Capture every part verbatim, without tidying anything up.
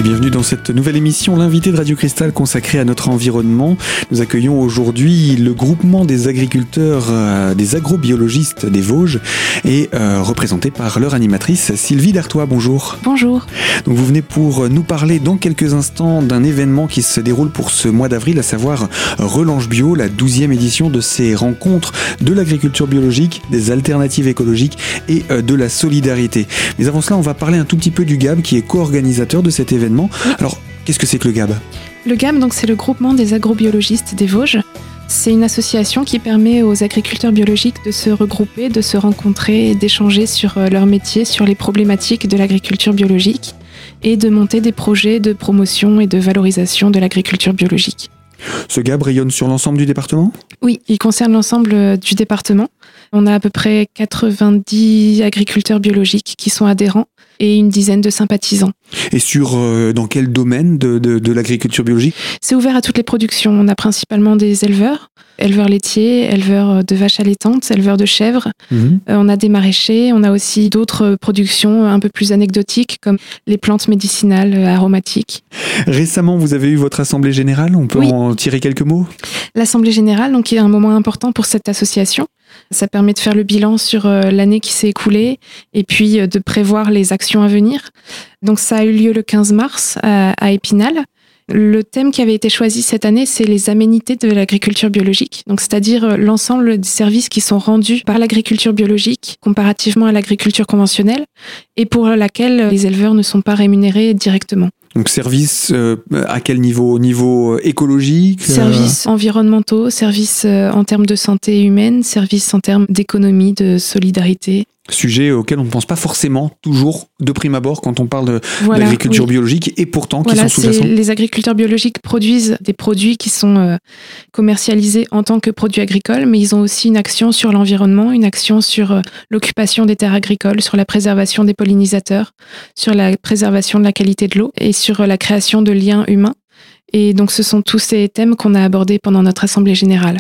Bienvenue dans cette nouvelle émission, l'invité de Radio Cristal consacrée à notre environnement. Nous accueillons aujourd'hui le groupement des agriculteurs, euh, des agrobiologistes des Vosges et euh, représenté par leur animatrice Sylvie Dartois. Bonjour. Bonjour. Donc vous venez pour nous parler dans quelques instants d'un événement qui se déroule pour ce mois d'avril, à savoir Relange Bio, la douzième édition de ces rencontres de l'agriculture biologique, des alternatives écologiques et euh, de la solidarité. Mais avant cela, on va parler un tout petit peu du G A B qui est co-organisateur de cet événement. Alors, qu'est-ce que c'est que le G A B ? Le G A B, donc, c'est le groupement des agrobiologistes des Vosges. C'est une association qui permet aux agriculteurs biologiques de se regrouper, de se rencontrer et d'échanger sur leur métier, sur les problématiques de l'agriculture biologique et de monter des projets de promotion et de valorisation de l'agriculture biologique. Ce G A B rayonne sur l'ensemble du département ? Oui, il concerne l'ensemble du département. On a à peu près quatre-vingt-dix agriculteurs biologiques qui sont adhérents et une dizaine de sympathisants. Et sur euh, dans quel domaine de, de, de l'agriculture biologique ? C'est ouvert à toutes les productions. On a principalement des éleveurs, éleveurs laitiers, éleveurs de vaches allaitantes, éleveurs de chèvres. Mmh. Euh, on a des maraîchers. On a aussi d'autres productions un peu plus anecdotiques comme les plantes médicinales euh, aromatiques. Récemment, vous avez eu votre assemblée générale. On peut oui. en tirer quelques mots ? L'assemblée générale, donc, est un moment important pour cette association. Ça permet de faire le bilan sur l'année qui s'est écoulée et puis de prévoir les actions à venir. Donc ça a eu lieu le quinze mars à, à Épinal. Le thème qui avait été choisi cette année, c'est les aménités de l'agriculture biologique. Donc c'est-à-dire l'ensemble des services qui sont rendus par l'agriculture biologique comparativement à l'agriculture conventionnelle et pour laquelle les éleveurs ne sont pas rémunérés directement. Donc services euh, à quel niveau ? Au niveau écologique ? Services euh... environnementaux, services euh, en termes de santé humaine, services en termes d'économie, de solidarité. Sujet auquel on ne pense pas forcément toujours de prime abord quand on parle de, voilà, d'agriculture oui. biologique et pourtant voilà, qui sont sous-jacents. Les agriculteurs biologiques produisent des produits qui sont euh, commercialisés en tant que produits agricoles, mais ils ont aussi une action sur l'environnement, une action sur euh, l'occupation des terres agricoles, sur la préservation des pollinisateurs, sur la préservation de la qualité de l'eau et sur euh, la création de liens humains. Et donc ce sont tous ces thèmes qu'on a abordés pendant notre assemblée générale.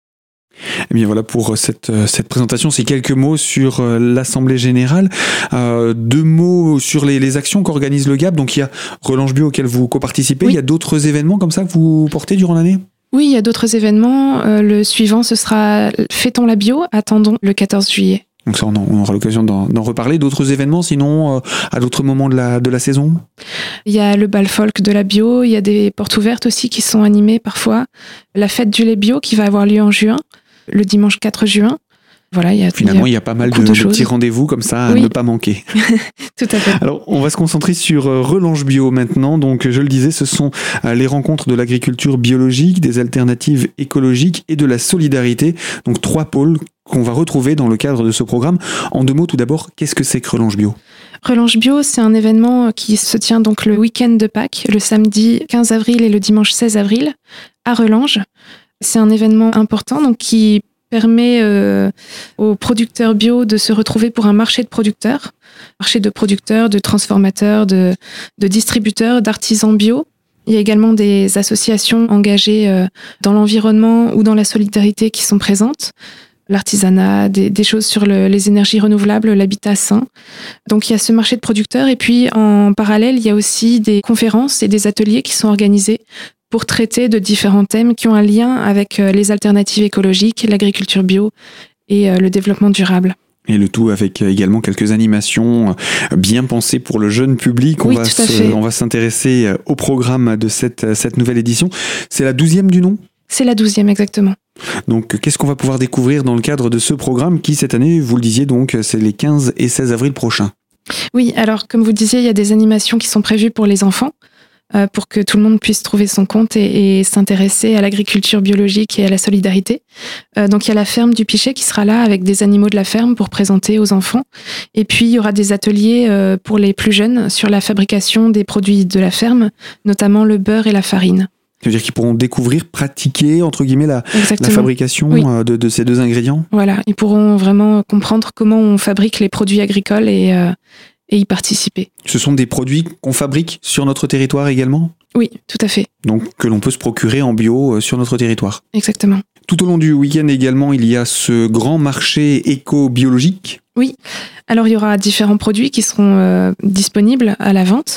Eh bien voilà pour cette, cette présentation, c'est quelques mots sur l'Assemblée Générale. Euh, deux mots sur les, les actions qu'organise le G A B. Donc il y a Relange Bio auquel vous co-participez. Oui. Il y a d'autres événements comme ça que vous portez durant l'année ? Oui, il y a d'autres événements. Euh, le suivant, ce sera Fêtons la bio, attendons le quatorze juillet. Donc ça, on aura l'occasion d'en, d'en reparler. D'autres événements, sinon, euh, à d'autres moments de la, de la saison ? Il y a le bal folk de la bio, il y a des portes ouvertes aussi qui sont animées parfois. La fête du lait bio qui va avoir lieu en juin. Le dimanche quatre juin. Voilà, il y a, Finalement, il y a, il y a pas mal de, de, de petits rendez-vous comme ça à oui. ne pas manquer. Tout à fait. Alors, on va se concentrer sur Relange Bio maintenant. Donc, je le disais, ce sont les rencontres de l'agriculture biologique, des alternatives écologiques et de la solidarité. Donc, trois pôles qu'on va retrouver dans le cadre de ce programme. En deux mots, tout d'abord, qu'est-ce que c'est que Relange Bio ? Relange Bio, c'est un événement qui se tient donc le week-end de Pâques, le samedi quinze avril et le dimanche seize avril, à Relange. C'est un événement important donc, qui permet euh, aux producteurs bio de se retrouver pour un marché de producteurs, marché de producteurs, de transformateurs, de, de distributeurs, d'artisans bio. Il y a également des associations engagées euh, dans l'environnement ou dans la solidarité qui sont présentes. L'artisanat, des, des choses sur le, les énergies renouvelables, l'habitat sain. Donc il y a ce marché de producteurs et puis en parallèle, il y a aussi des conférences et des ateliers qui sont organisés pour traiter de différents thèmes qui ont un lien avec les alternatives écologiques, l'agriculture bio et le développement durable. Et le tout avec également quelques animations bien pensées pour le jeune public. On, oui, va, se, on va s'intéresser au programme de cette, cette nouvelle édition. C'est la douzième du nom ? C'est la douzième, exactement. Donc, qu'est-ce qu'on va pouvoir découvrir dans le cadre de ce programme qui, cette année, vous le disiez, donc, c'est les quinze et seize avril prochains ? Oui, alors, comme vous disiez, il y a des animations qui sont prévues pour les enfants. Euh, pour que tout le monde puisse trouver son compte et, et s'intéresser à l'agriculture biologique et à la solidarité. Euh, donc il y a la ferme du Pichet qui sera là avec des animaux de la ferme pour présenter aux enfants. Et puis il y aura des ateliers euh, pour les plus jeunes sur la fabrication des produits de la ferme, notamment le beurre et la farine. Ça veut dire qu'ils pourront découvrir, pratiquer, entre guillemets, la, la fabrication oui. de, de ces deux ingrédients ? Voilà, ils pourront vraiment comprendre comment on fabrique les produits agricoles et... Euh, et y participer. Ce sont des produits qu'on fabrique sur notre territoire également ? Oui, tout à fait. Donc que l'on peut se procurer en bio sur notre territoire. Exactement. Tout au long du week-end également, il y a ce grand marché éco-biologique. Oui, alors il y aura différents produits qui seront euh, disponibles à la vente.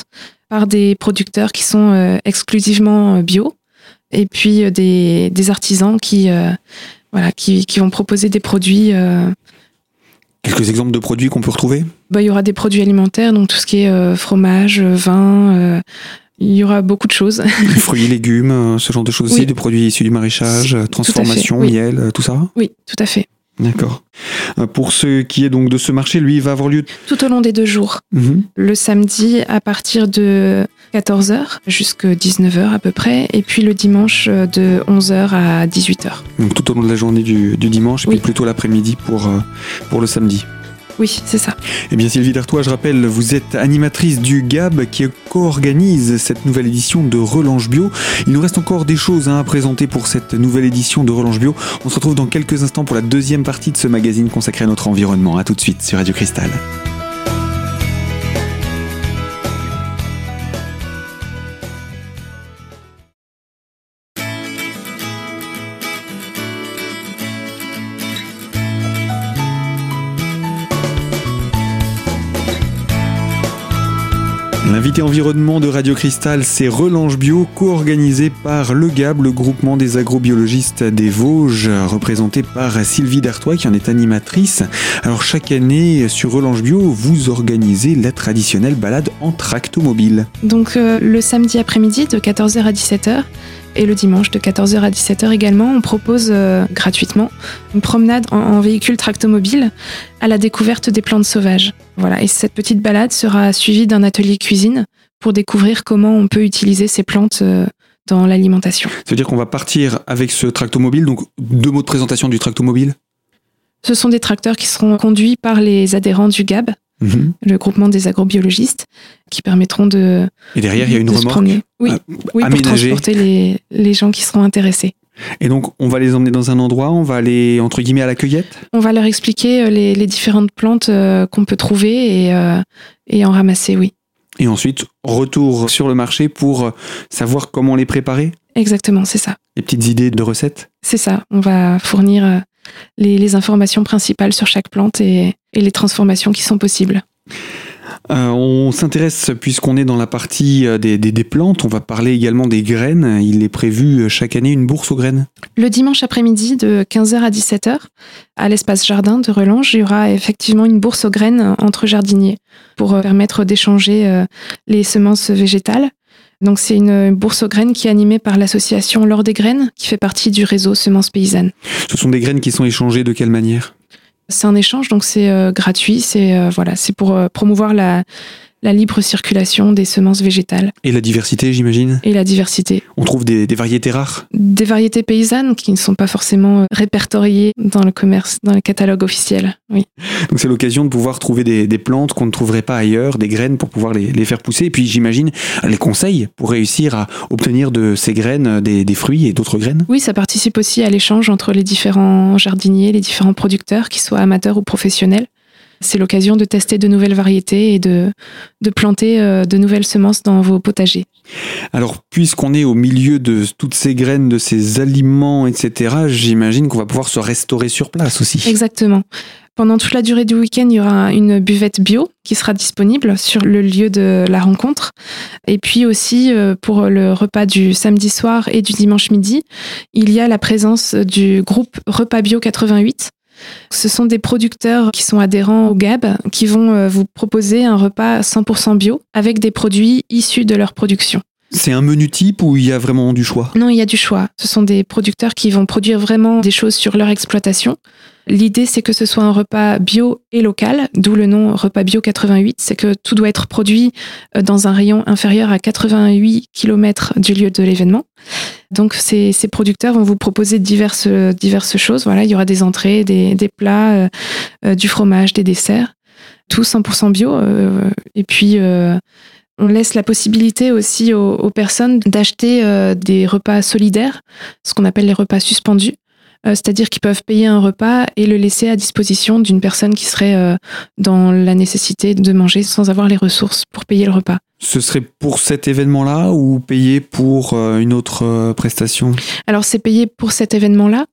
par des producteurs qui sont euh, exclusivement bio, et puis euh, des, des artisans qui, euh, voilà, qui, qui vont proposer des produits. Euh... Quelques exemples de produits qu'on peut retrouver ? Bah, il y aura des produits alimentaires, donc tout ce qui est euh, fromage, vin, euh, il y aura beaucoup de choses. Fruits et légumes, ce genre de choses oui. aussi, des produits issus du maraîchage, transformation, oui. miel, tout ça ? Oui, tout à fait. D'accord. Pour ce qui est donc de ce marché, lui, il va avoir lieu tout au long des deux jours. Mmh. Le samedi à partir de quatorze heures jusqu'à dix-neuf heures à peu près, et puis le dimanche de onze heures à dix-huit heures. Donc tout au long de la journée du, du dimanche, et oui. puis plutôt l'après-midi pour, pour le samedi. Oui, c'est ça. Eh bien Sylvie Dartois, je rappelle, vous êtes animatrice du G A B qui co-organise cette nouvelle édition de Relange Bio. Il nous reste encore des choses hein, à présenter pour cette nouvelle édition de Relange Bio. On se retrouve dans quelques instants pour la deuxième partie de ce magazine consacré à notre environnement. A tout de suite sur Radio Cristal. L'invité environnement de Radio Cristal, c'est Relange Bio, co-organisé par le G A B, le groupement des agrobiologistes des Vosges, représenté par Sylvie Dartois, qui en est animatrice. Alors chaque année, sur Relange Bio, vous organisez la traditionnelle balade en tractomobile. Donc euh, le samedi après-midi de quatorze heures à dix-sept heures, et le dimanche de quatorze heures à dix-sept heures également, on propose euh, gratuitement une promenade en, en véhicule tractomobile à la découverte des plantes sauvages. Voilà, et cette petite balade sera suivie d'un atelier cuisine pour découvrir comment on peut utiliser ces plantes euh, dans l'alimentation. Ça veut dire qu'on va partir avec ce tractomobile, donc deux mots de présentation du tractomobile. Ce sont des tracteurs qui seront conduits par les adhérents du G A B, mmh. le groupement des agrobiologistes, qui permettront de Et derrière, il y a une remorque oui, à, oui, pour transporter les, les gens qui seront intéressés. Et donc, on va les emmener dans un endroit, on va aller, entre guillemets, à la cueillette ? On va leur expliquer les, les différentes plantes euh, qu'on peut trouver et, euh, et en ramasser, oui. Et ensuite, retour sur le marché pour savoir comment les préparer ? Exactement, c'est ça. Les petites idées de recettes ? C'est ça, on va fournir euh, les, les informations principales sur chaque plante et, et les transformations qui sont possibles. Euh, on s'intéresse, puisqu'on est dans la partie des, des, des plantes, on va parler également des graines. Il est prévu chaque année une bourse aux graines. Le dimanche après-midi de quinze heures à dix-sept heures, à l'espace jardin de Relange, il y aura effectivement une bourse aux graines entre jardiniers pour permettre d'échanger les semences végétales. Donc c'est une bourse aux graines qui est animée par l'association L'Or des Graines, qui fait partie du réseau Semences Paysannes. Ce sont des graines qui sont échangées de quelle manière ? C'est un échange, donc c'est euh, gratuit. C'est euh, voilà, c'est pour euh, promouvoir la, la libre circulation des semences végétales. Et la diversité, j'imagine ? Et la diversité. On trouve des, des variétés rares ? Des variétés paysannes qui ne sont pas forcément répertoriées dans le commerce, dans le catalogue officiel. Oui. Donc c'est l'occasion de pouvoir trouver des, des plantes qu'on ne trouverait pas ailleurs, des graines pour pouvoir les, les faire pousser. Et puis j'imagine les conseils pour réussir à obtenir de ces graines des, des fruits et d'autres graines. Oui, ça participe aussi à l'échange entre les différents jardiniers, les différents producteurs, qu'ils soient amateurs ou professionnels. C'est l'occasion de tester de nouvelles variétés et de, de planter euh, de nouvelles semences dans vos potagers. Alors, puisqu'on est au milieu de toutes ces graines, de ces aliments, et cetera, j'imagine qu'on va pouvoir se restaurer sur place aussi. Exactement. Pendant toute la durée du week-end, il y aura une buvette bio qui sera disponible sur le lieu de la rencontre. Et puis aussi, euh, pour le repas du samedi soir et du dimanche midi, il y a la présence du groupe Repas Bio quatre-vingt-huit. Ce sont des producteurs qui sont adhérents au G A B qui vont vous proposer un repas cent pour cent bio avec des produits issus de leur production. C'est un menu type ou il y a vraiment du choix ? Non, il y a du choix. Ce sont des producteurs qui vont produire vraiment des choses sur leur exploitation. L'idée, c'est que ce soit un repas bio et local, d'où le nom Repas Bio quatre-vingt-huit. C'est que tout doit être produit dans un rayon inférieur à quatre-vingt-huit kilomètres du lieu de l'événement. Donc, ces, ces producteurs vont vous proposer diverses, diverses choses. Voilà, il y aura des entrées, des, des plats, euh, du fromage, des desserts. Tout cent pour cent bio. Euh, et puis... Euh, On laisse la possibilité aussi aux, aux personnes d'acheter euh, des repas solidaires, ce qu'on appelle les repas suspendus. Euh, c'est-à-dire qu'ils peuvent payer un repas et le laisser à disposition d'une personne qui serait euh, dans la nécessité de manger sans avoir les ressources pour payer le repas. Ce serait pour cet événement-là ou payé pour euh, une autre euh, prestation ? Alors c'est payé pour cet événement-là.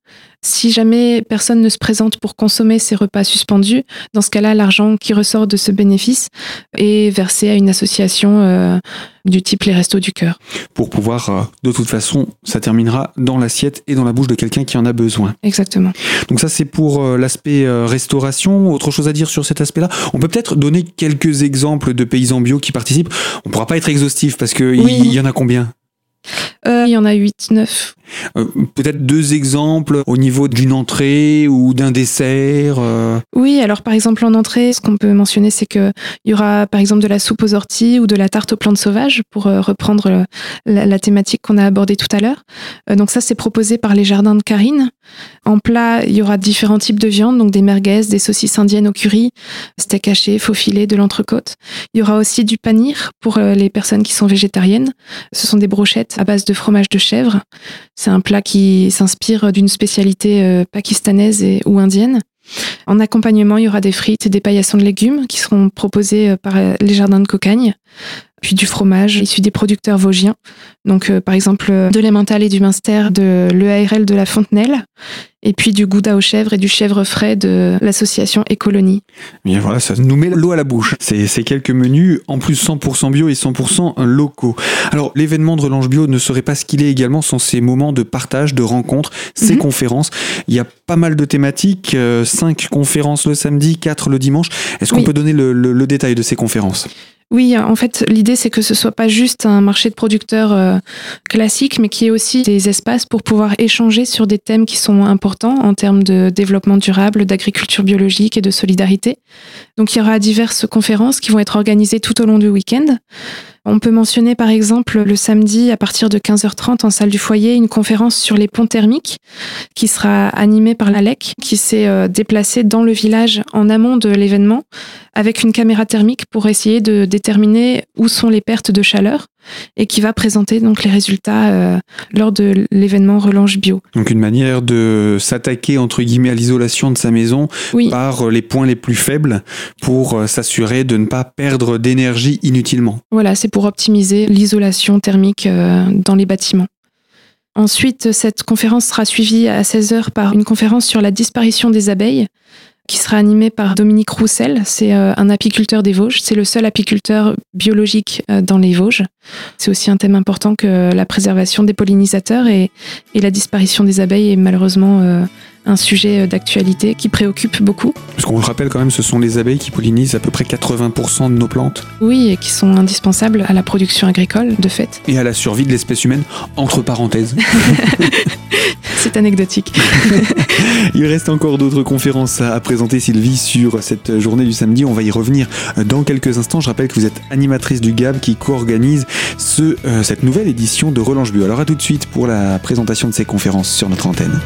Si jamais personne ne se présente pour consommer ces repas suspendus, dans ce cas-là, l'argent qui ressort de ce bénéfice est versé à une association euh, du type les Restos du Cœur. Pour pouvoir, euh, de toute façon, ça terminera dans l'assiette et dans la bouche de quelqu'un qui en a besoin. Exactement. Donc ça, c'est pour euh, l'aspect euh, restauration. Autre chose à dire sur cet aspect-là? On peut peut-être donner quelques exemples de paysans bio qui participent. On ne pourra pas être exhaustif parce qu'il oui. y, y en a combien? Euh, il y en a huit, neuf. Euh, peut-être deux exemples au niveau d'une entrée ou d'un dessert euh... Oui, alors par exemple en entrée, ce qu'on peut mentionner, c'est qu'il y aura par exemple de la soupe aux orties ou de la tarte aux plantes sauvages, pour euh, reprendre euh, la, la thématique qu'on a abordée tout à l'heure. Euh, donc ça, c'est proposé par les jardins de Karine. En plat, il y aura différents types de viande, donc des merguez, des saucisses indiennes au curry, steak haché, faux filet, de l'entrecôte. Il y aura aussi du panir pour euh, les personnes qui sont végétariennes. Ce sont des brochettes à base de fromage de chèvre. C'est un plat qui s'inspire d'une spécialité euh, pakistanaise et, ou indienne. En accompagnement, il y aura des frites et des paillassons de légumes qui seront proposés euh, par les jardins de Cocagne. Puis du fromage issu des producteurs vosgiens. Donc, euh, par exemple, de l'emmental et du Munster de l'E A R L de la Fontenelle. Et puis du gouda aux chèvres et du chèvre frais de l'association Écolonie. Bien voilà, ça nous met l'eau à la bouche. C'est, c'est quelques menus, en plus cent pour cent bio et cent pour cent locaux. Alors, l'événement de Relange Bio ne serait pas ce qu'il est également sans ces moments de partage, de rencontres, ces mm-hmm. conférences. Il y a pas mal de thématiques, euh, cinq conférences le samedi, quatre le dimanche. Est-ce qu'on oui. peut donner le, le, le détail de ces conférences ? Oui, en fait, l'idée, c'est que ce soit pas juste un marché de producteurs euh, classique, mais qu'il y ait aussi des espaces pour pouvoir échanger sur des thèmes qui sont importants en termes de développement durable, d'agriculture biologique et de solidarité. Donc, il y aura diverses conférences qui vont être organisées tout au long du week-end. On peut mentionner par exemple le samedi à partir de quinze heures trente en salle du foyer une conférence sur les ponts thermiques qui sera animée par l'A L E C qui s'est euh, déplacée dans le village en amont de l'événement avec une caméra thermique pour essayer de déterminer où sont les pertes de chaleur et qui va présenter donc les résultats euh, lors de l'événement Relange Bio. Donc une manière de s'attaquer entre guillemets à l'isolation de sa maison oui. par les points les plus faibles pour euh, s'assurer de ne pas perdre d'énergie inutilement. Voilà, c'est pour optimiser l'isolation thermique euh, dans les bâtiments. Ensuite, cette conférence sera suivie à seize heures par une conférence sur la disparition des abeilles qui sera animée par Dominique Roussel. C'est euh, un apiculteur des Vosges. C'est le seul apiculteur biologique euh, dans les Vosges. C'est aussi un thème important que la préservation des pollinisateurs et, et la disparition des abeilles est malheureusement euh, un sujet d'actualité qui préoccupe beaucoup. Parce qu'on le rappelle quand même, ce sont les abeilles qui pollinisent à peu près quatre-vingts pour cent de nos plantes. Oui, et qui sont indispensables à la production agricole, de fait. Et à la survie de l'espèce humaine, entre parenthèses. C'est anecdotique. Il reste encore d'autres conférences à présenter, Sylvie, sur cette journée du samedi. On va y revenir dans quelques instants. Je rappelle que vous êtes animatrice du G A B qui co-organise ce, euh, cette nouvelle édition de Relange Bio. Alors à tout de suite pour la présentation de ces conférences sur notre antenne.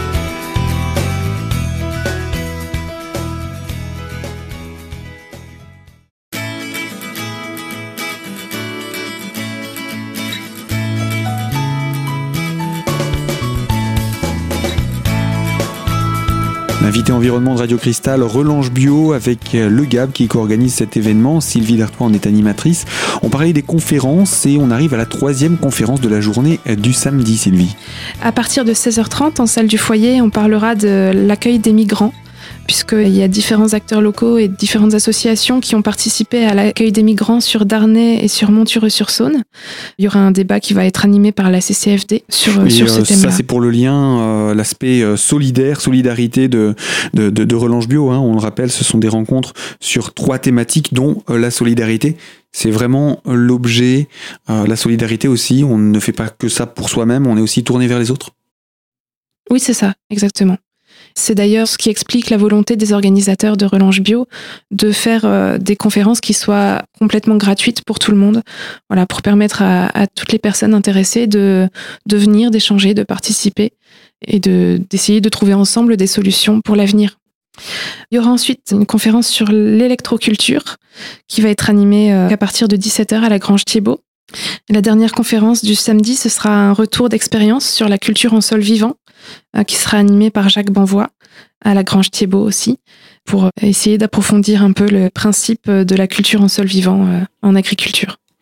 L'invité environnement de Radio Cristal, Relange Bio avec le G A B qui co-organise cet événement. Sylvie Dartois en est animatrice. On parlait des conférences et on arrive à la troisième conférence de la journée du samedi, Sylvie. À partir de seize heures trente, en salle du foyer, on parlera de l'accueil des migrants, puisqu'il y a différents acteurs locaux et différentes associations qui ont participé à l'accueil des migrants sur Darney et sur Montureux-sur-Saône. Il y aura un débat qui va être animé par la C C F D sur, sur ce euh, thème-là. Ça, c'est pour le lien, euh, l'aspect euh, solidaire, solidarité de, de, de, de Relange Bio. Hein. On le rappelle, ce sont des rencontres sur trois thématiques, dont euh, la solidarité. C'est vraiment l'objet, euh, la solidarité aussi. On ne fait pas que ça pour soi-même, on est aussi tourné vers les autres. Oui, c'est ça, exactement. C'est d'ailleurs ce qui explique la volonté des organisateurs de Relange Bio de faire euh, des conférences qui soient complètement gratuites pour tout le monde, voilà, pour permettre à, à toutes les personnes intéressées de, de venir, d'échanger, de participer et de, d'essayer de trouver ensemble des solutions pour l'avenir. Il y aura ensuite une conférence sur l'électroculture qui va être animée euh, à partir de dix-sept heures à la Grange Thiebaud. La dernière conférence du samedi, ce sera un retour d'expérience sur la culture en sol vivant, euh, qui sera animé par Jacques Banvois, à la Grange Thiebaud aussi, pour essayer d'approfondir un peu le principe de la culture en sol vivant euh, en agriculture.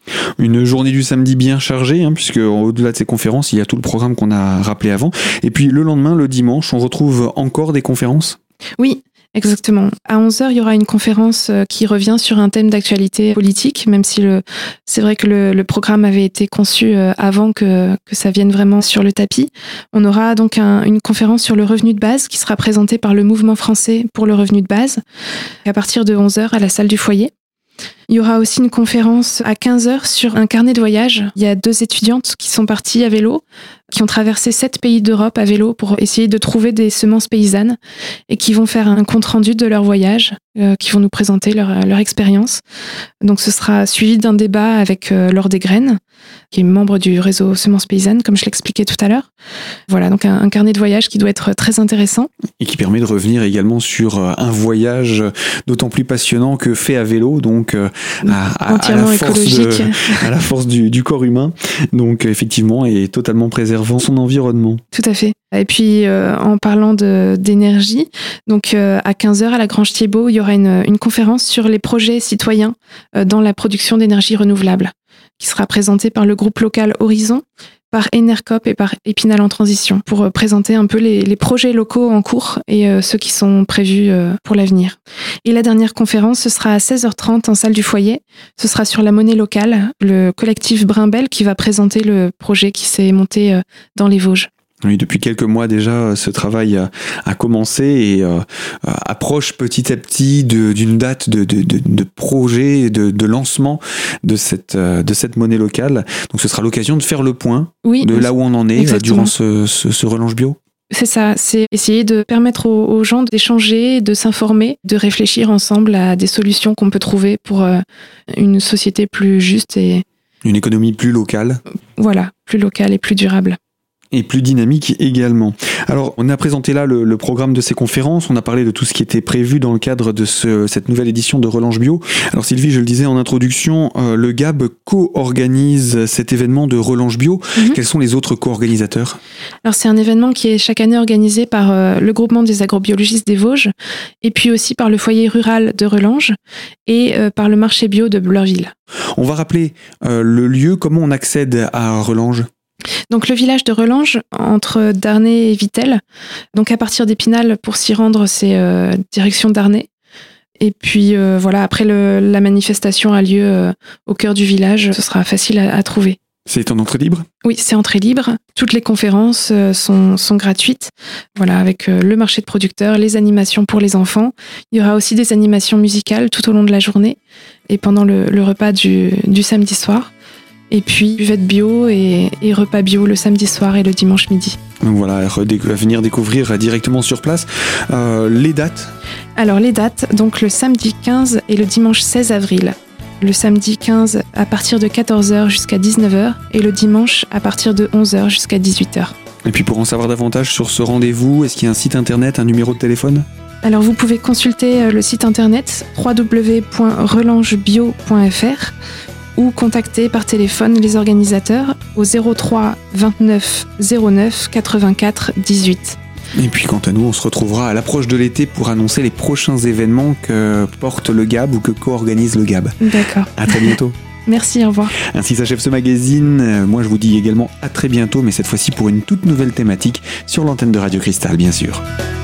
Une journée du samedi bien chargée, hein, puisque au-delà de ces conférences, il y a tout le programme qu'on a rappelé avant. Et puis le lendemain, le dimanche, on retrouve encore des conférences ? Oui, exactement. À onze heures, il y aura une conférence qui revient sur un thème d'actualité politique, même si le, c'est vrai que le, le programme avait été conçu avant que, que ça vienne vraiment sur le tapis. On aura donc un, une conférence sur le revenu de base qui sera présentée par le Mouvement français pour le revenu de base à partir de onze heures à la salle du foyer. Il y aura aussi une conférence à quinze heures sur un carnet de voyage. Il y a deux étudiantes qui sont parties à vélo, qui ont traversé sept pays d'Europe à vélo pour essayer de trouver des semences paysannes et qui vont faire un compte-rendu de leur voyage, euh, qui vont nous présenter leur, leur expérience. Donc ce sera suivi d'un débat avec euh, Laure Desgraines, qui est membre du réseau Semences Paysannes, comme je l'expliquais tout à l'heure. Voilà, donc un, un carnet de voyage qui doit être très intéressant. Et qui permet de revenir également sur un voyage d'autant plus passionnant que fait à vélo, donc à, à, à la force, de, à la force du, du corps humain. Donc effectivement, et totalement préservant son environnement. Tout à fait. Et puis euh, en parlant de, d'énergie, donc euh, à quinze heures à la Grange Thiebaud, il y aura une, une conférence sur les projets citoyens euh, dans la production d'énergie renouvelable, qui sera présentée par le groupe local Horizon, par Enercop et par Épinal en Transition, pour euh, présenter un peu les, les projets locaux en cours et euh, ceux qui sont prévus euh, pour l'avenir. Et la dernière conférence, ce sera à seize heures trente en salle du foyer. Ce sera sur la monnaie locale, le collectif Brimbel qui va présenter le projet qui s'est monté euh, dans les Vosges. Oui, depuis quelques mois déjà, ce travail a, a commencé et euh, approche petit à petit de, d'une date de, de, de, de projet, de, de lancement de cette, de cette monnaie locale. Donc ce sera l'occasion de faire le point oui, de là où on en est exactement. durant ce, ce, ce Relange Bio. C'est ça, c'est essayer de permettre aux, aux gens d'échanger, de s'informer, de réfléchir ensemble à des solutions qu'on peut trouver pour euh, une société plus juste et... Une économie plus locale. Voilà, plus locale et plus durable. Et plus dynamique également. Alors, on a présenté là le, le programme de ces conférences, on a parlé de tout ce qui était prévu dans le cadre de ce, cette nouvelle édition de Relange Bio. Alors Sylvie, je le disais en introduction, euh, le G A B co-organise cet événement de Relange Bio. Mm-hmm. Quels sont les autres co-organisateurs ? Alors c'est un événement qui est chaque année organisé par euh, le groupement des agrobiologistes des Vosges, et puis aussi par le foyer rural de Relange et euh, par le marché bio de Bleurville. On va rappeler euh, le lieu, comment on accède à Relange ? Donc le village de Relange, entre Darney et Vittel. Donc à partir d'Épinal, pour s'y rendre, c'est euh, direction Darney. Et puis euh, voilà, après le, la manifestation a lieu euh, au cœur du village, ce sera facile à, à trouver. C'est en entrée libre ? Oui, c'est entrée libre. Toutes les conférences euh, sont, sont gratuites. Voilà, avec euh, le marché de producteurs, les animations pour les enfants. Il y aura aussi des animations musicales tout au long de la journée et pendant le, le repas du, du samedi soir. Et puis, buvette bio et, et repas bio le samedi soir et le dimanche midi. Donc voilà, à venir découvrir directement sur place. Euh, les dates ? Alors, les dates, donc le samedi quinze et le dimanche seize avril. Le samedi quinze à partir de quatorze heures jusqu'à dix-neuf heures et le dimanche à partir de onze heures jusqu'à dix-huit heures. Et puis, pour en savoir davantage sur ce rendez-vous, est-ce qu'il y a un site internet, un numéro de téléphone ? Alors, vous pouvez consulter le site internet w w w point relange bio point f r ou contacter par téléphone les organisateurs au zéro trois vingt-neuf zéro neuf quatre-vingt-quatre dix-huit. Et puis quant à nous, on se retrouvera à l'approche de l'été pour annoncer les prochains événements que porte le G A B ou que co-organise le G A B. D'accord. À très bientôt. Merci, au revoir. Ainsi s'achève ce magazine. Moi, je vous dis également à très bientôt, mais cette fois-ci pour une toute nouvelle thématique sur l'antenne de Radio Cristal, bien sûr.